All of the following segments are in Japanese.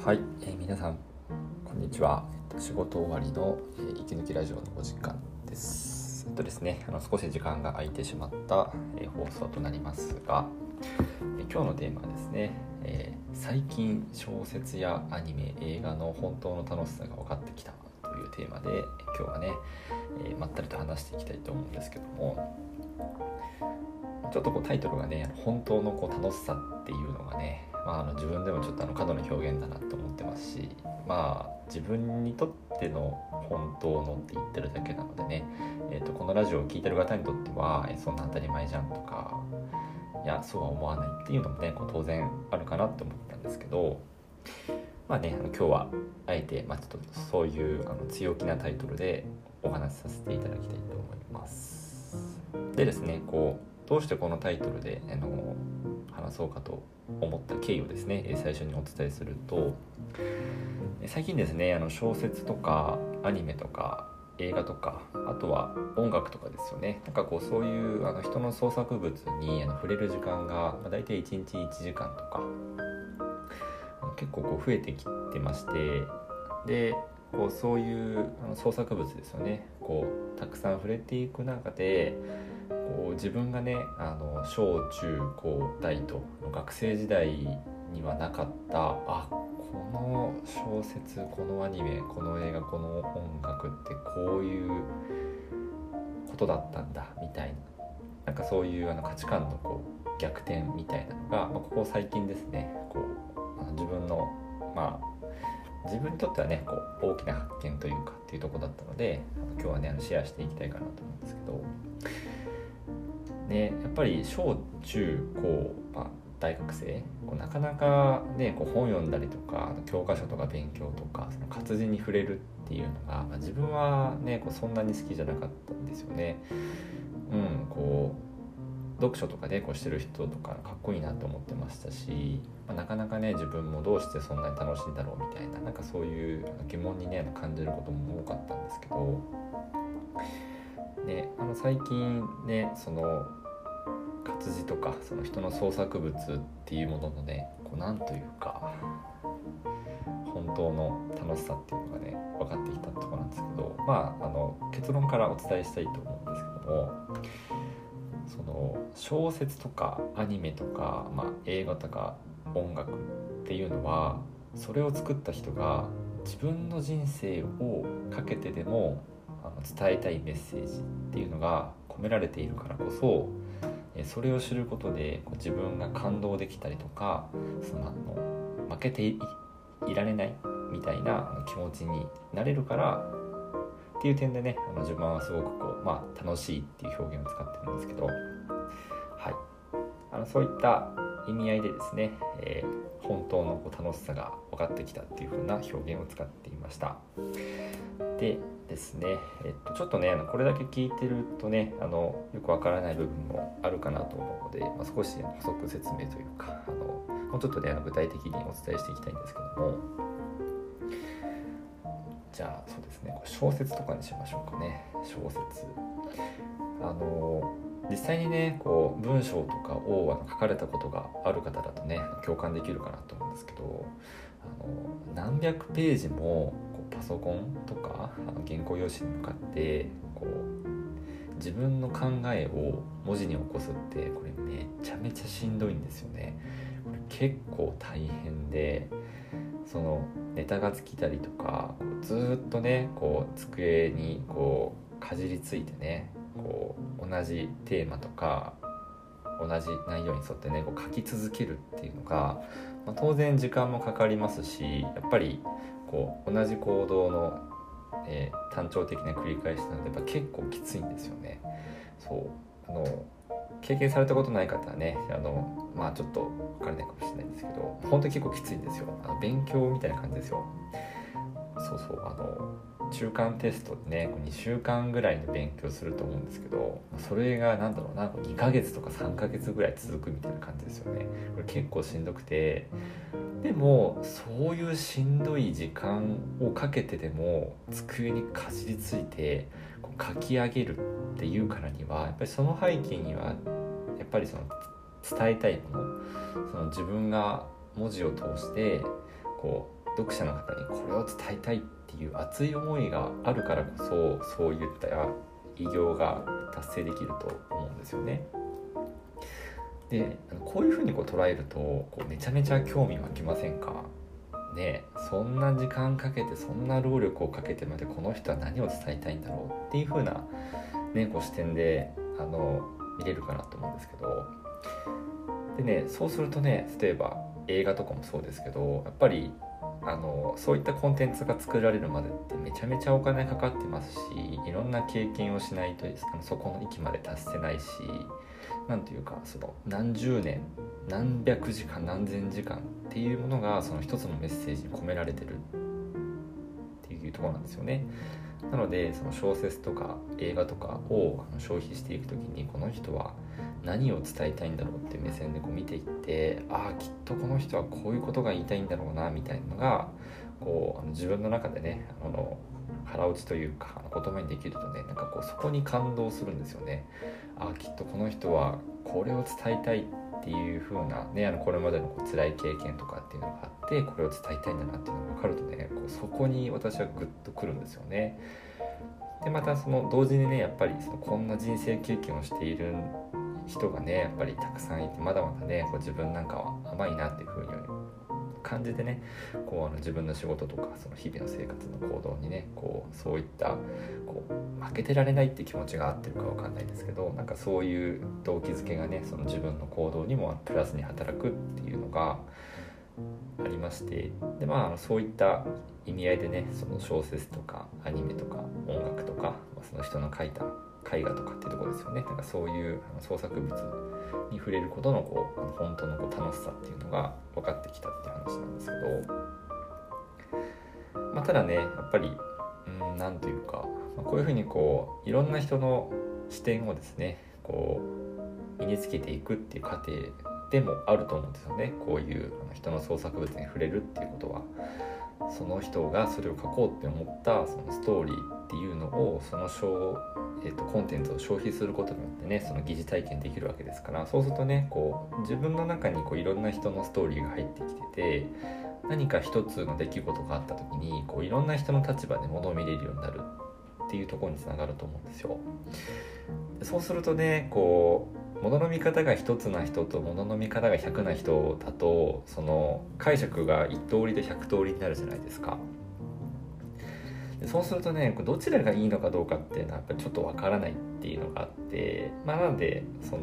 はい、皆さんこんにちは。仕事終わりの、息抜きラジオのお時間です。ですね、少し時間が空いてしまった、放送となりますが、今日のテーマはですね、最近小説やアニメ、映画の本当の楽しさが分かってきたというテーマで今日はね、まったりと話していきたいと思うんですけども、ちょっとタイトルがね、本当の楽しさっていうのがね、自分でもちょっと過度の表現だなと思ってますし、自分にとっての本当のって言ってるだけなのでね、このラジオを聞いてる方にとっては、そんな当たり前じゃんとか、いやそうは思わないっていうのもね、当然あるかなって思ったんですけど、今日はあえて、ちょっとそういう強気なタイトルでお話しさせていただきたいと思います。でですね、どうしてこのタイトルで話そうかと思った経緯をですね、最初にお伝えすると、最近ですね、小説とかアニメとか映画とか、あとは音楽とかですよね、そういう人の創作物に触れる時間が、だいたい1日1時間とか結構増えてきてまして、でそういう創作物ですよね、たくさん触れていく中で自分がね、小中高大と学生時代にはなかったこの小説、このアニメ、この映画、この音楽ってこういうことだったんだみたいな、そういう価値観の逆転みたいなのが、ここ最近ですね、自分の自分にとってはね大きな発見というかっていうところだったので、今日はねシェアしていきたいかなと思うんですけどね、やっぱり小中高、大学生なかなかね本読んだりとか教科書とか勉強とかその活字に触れるっていうのが、自分はねそんなに好きじゃなかったんですよね。読書とかでしてる人とかかっこいいなと思ってましたし、なかなかね自分もどうしてそんなに楽しいんだろうみたいな、そういう疑問にね感じることも多かったんですけどね、最近ねその活字とかその人の創作物っていうもののねなんというか本当の楽しさっていうのがね分かってきたところなんですけど、結論からお伝えしたいと思うんですけども、その小説とかアニメとか、映画とか音楽っていうのは、それを作った人が自分の人生をかけてでも伝えたいメッセージっていうのが込められているからこそ、それを知ることで自分が感動できたりとか、負けて いられないみたいな気持ちになれるからっていう点でね、自分はすごく楽しいっていう表現を使ってるんですけど、そういった意味合いでですね、本当の楽しさが分かってきたっていう風な表現を使っていました。でですね、ちょっとねこれだけ聞いてるとねよくわからない部分もあるかなと思うので、少し補足説明というかもうちょっとね具体的にお伝えしていきたいんですけども、じゃあそうですね、小説とかにしましょうかね。小説実際にね文章とかを書かれたことがある方だとね共感できるかなと思うんですけど、何百ページもパソコンとか原稿用紙に向かって自分の考えを文字に起こすって、これめちゃめちゃしんどいんですよね。これ結構大変で、そのネタが尽きたりとかずっとね机にかじりついてね同じテーマとか同じ内容に沿ってね書き続けるっていうのが、当然時間もかかりますし、やっぱり同じ行動の、単調的な繰り返しなのでやっぱ結構きついんですよね。経験されたことない方はねちょっと分からないかもしれないんですけど、本当に結構きついんですよ。勉強みたいな感じですよ。中間テストでね2週間ぐらいの勉強すると思うんですけど、それが2ヶ月とか3ヶ月ぐらい続くみたいな感じですよね。これ結構しんどくて、でもそういうしんどい時間をかけてでも机にかじりついて書き上げるっていうからには、やっぱりその背景にはやっぱりその伝えたいもの、その自分が文字を通して読者の方にこれを伝えたいっていう熱い思いがあるからこそ、そういった偉業が達成できると思うんですよね。でこういうふうに捉えるとめちゃめちゃ興味湧きませんかね。そんな時間かけて、そんな労力をかけてまでこの人は何を伝えたいんだろうっていう風な、ね、視点で見れるかなと思うんですけど、でね、そうするとね、例えば映画とかもそうですけど、やっぱりそういったコンテンツが作られるまでってめちゃめちゃお金かかってますし、いろんな経験をしないとそこの域まで達せないし、なんていうか、その何十年何百時間何千時間っていうものがその一つのメッセージに込められてるっていうところなんですよね。なのでその小説とか映画とかを消費していくときに、この人は何を伝えたいんだろうっていう目線で見ていって、きっとこの人はこういうことが言いたいんだろうなみたいなのが自分の中でね腹落ちというか言葉にできるとね、そこに感動するんですよね。きっとこの人はこれを伝えたいっていう風なね、これまでの辛い経験とかっていうのがあって、これを伝えたいんだなっていうのが分かるとね、そこに私はグッとくるんですよね。でまたその同時にね、やっぱりこんな人生経験をしている人がねやっぱりたくさんいて、まだまだね自分なんかは甘いなっていう風に感じでね、自分の仕事とかその日々の生活の行動にねそういった負けてられないって気持ちが合ってるかわかんないですけど、そういう動機づけがねその自分の行動にもプラスに働くっていうのがありまして、でそういった意味合いでね、その小説とかアニメとか音楽とかその人の書いた絵画とかっていうところですよね。そういう創作物に触れることの本当の楽しさっていうのが分かってきたっていう話なんですけど、ただねやっぱりなんというか、こういうふうにいろんな人の視点をですね身につけていくっていう過程でもあると思うんですよね。こういう人の創作物に触れるっていうことは、その人がそれを書こうって思ったそのストーリーっていうのをそのコンテンツを消費することによってね、その疑似体験できるわけですから、そうするとね自分の中にいろんな人のストーリーが入ってきてて、何か一つの出来事があった時にいろんな人の立場で物を見れるようになるっていうところにつながると思うんですよ。そうするとね物の見方が一つな人と物の見方が100な人だと、その解釈が1通りで100通りになるじゃないですか。でそうするとねどちらがいいのかどうかっていうのはやっぱりちょっとわからないっていうのがあって、なので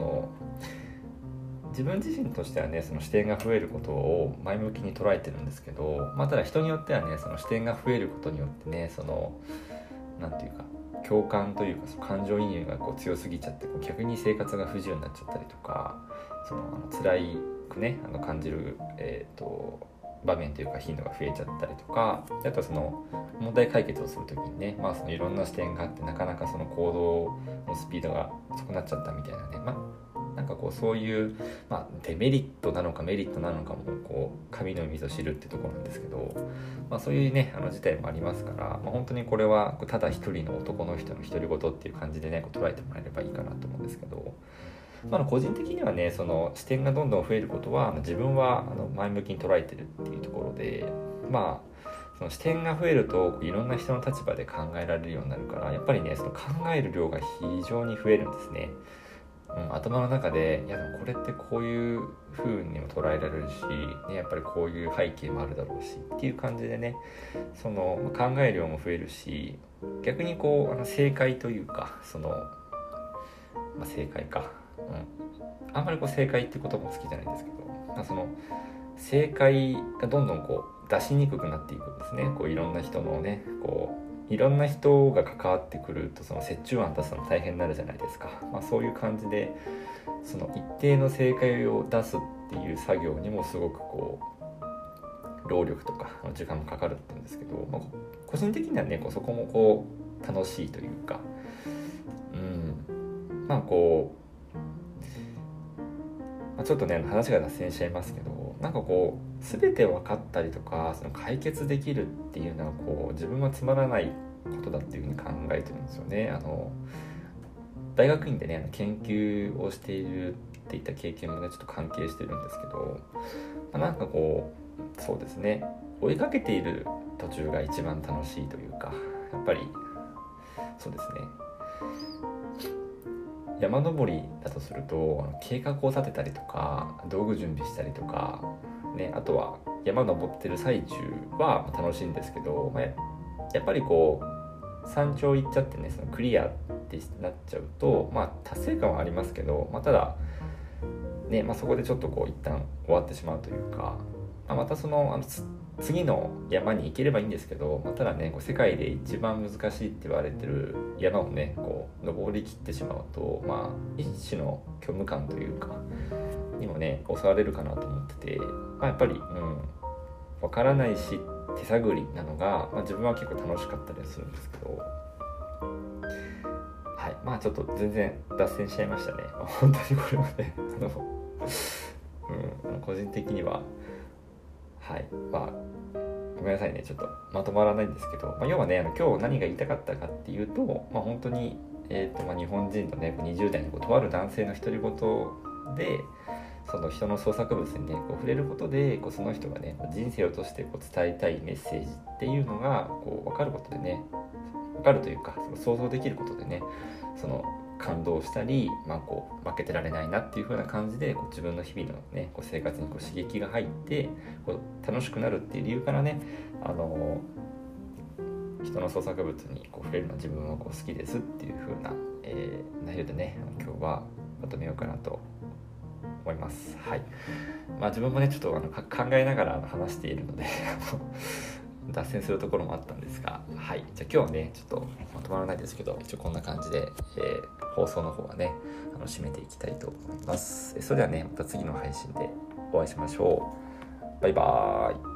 自分自身としてはねその視点が増えることを前向きに捉えてるんですけど、ただ人によってはねその視点が増えることによってねなんていうか共感というか感情移入が強すぎちゃって逆に生活が不自由になっちゃったりとか、辛いくね感じる、場面というか頻度が増えちゃったりとか、あと問題解決をするときにね、いろんな視点があってなかなかその行動のスピードが遅くなっちゃったみたいなね、そういう、デメリットなのかメリットなのかも神のみぞ知るってところなんですけど、そういうね事態もありますから、本当にこれはただ一人の男の人の独り言っていう感じでね捉えてもらえればいいかなと思うんですけど、個人的にはねその視点がどんどん増えることは自分は前向きに捉えてるっていうところで、その視点が増えるといろんな人の立場で考えられるようになるから、やっぱりねその考える量が非常に増えるんですね。頭の中ででもこれってこういう風にも捉えられるし、ね、やっぱりこういう背景もあるだろうしっていう感じでね、その考え量も増えるし、逆に正解というか正解か、あんまり正解って言葉も好きじゃないんですけど、その正解がどんどん出しにくくなっていくんですね。いろんな人のねいろんな人が関わってくるとその折衷案出すの大変になるじゃないですか。そういう感じでその一定の正解を出すっていう作業にもすごく労力とか時間もかかるって言うんですけど、個人的にはねそこも楽しいというか、ちょっとね話が脱線しちゃいますけど、全て分かったりとかその解決できるっていうのは自分はつまらないことだっていうふうに考えてるんですよね。大学院でね研究をしているっていった経験もねちょっと関係してるんですけど、そうですね、 追いかけている途中が一番楽しいというか、やっぱりそうですね、山登りだとすると計画を立てたりとか道具準備したりとか、ね、あとは山登ってる最中は楽しいんですけど、やっぱりこう山頂行っちゃってね、そのクリアってなっちゃうと、達成感はありますけど、ただね、そこでちょっとこう一旦終わってしまうというか、またその次の山に行ければいいんですけど、ただねこう世界で一番難しいって言われてる山をねこう登りきってしまうと、一種の虚無感というかにもね襲われるかなと思ってて、やっぱりわからないし手探りなのが、自分は結構楽しかったりするんですけど、はい、ちょっと全然脱線しちゃいましたね。本当にこれはね個人的にははい、ごめんなさいね、ちょっとまとまらないんですけど、要はね今日何が言いたかったかっていうと、本当に、日本人のね20代のとある男性の独り言で、その人の創作物にねこう触れることでその人がね人生を通して伝えたいメッセージっていうのが分かることでね、分かるというか想像できることでね、その感動したり、負けてられないなっていう風な感じで自分の日々のね生活に刺激が入って楽しくなるっていう理由からね、人の創作物に触れるのは自分は好きですっていう風な、内容でね今日はまとめようかなと思います。はい。自分もねちょっと考えながら話しているので脱線するところもあったんですが、はい、じゃあ今日はねちょっとまとまらないですけど、一応こんな感じで、放送の方はね締めていきたいと思います。それではねまた次の配信でお会いしましょう。バイバーイ。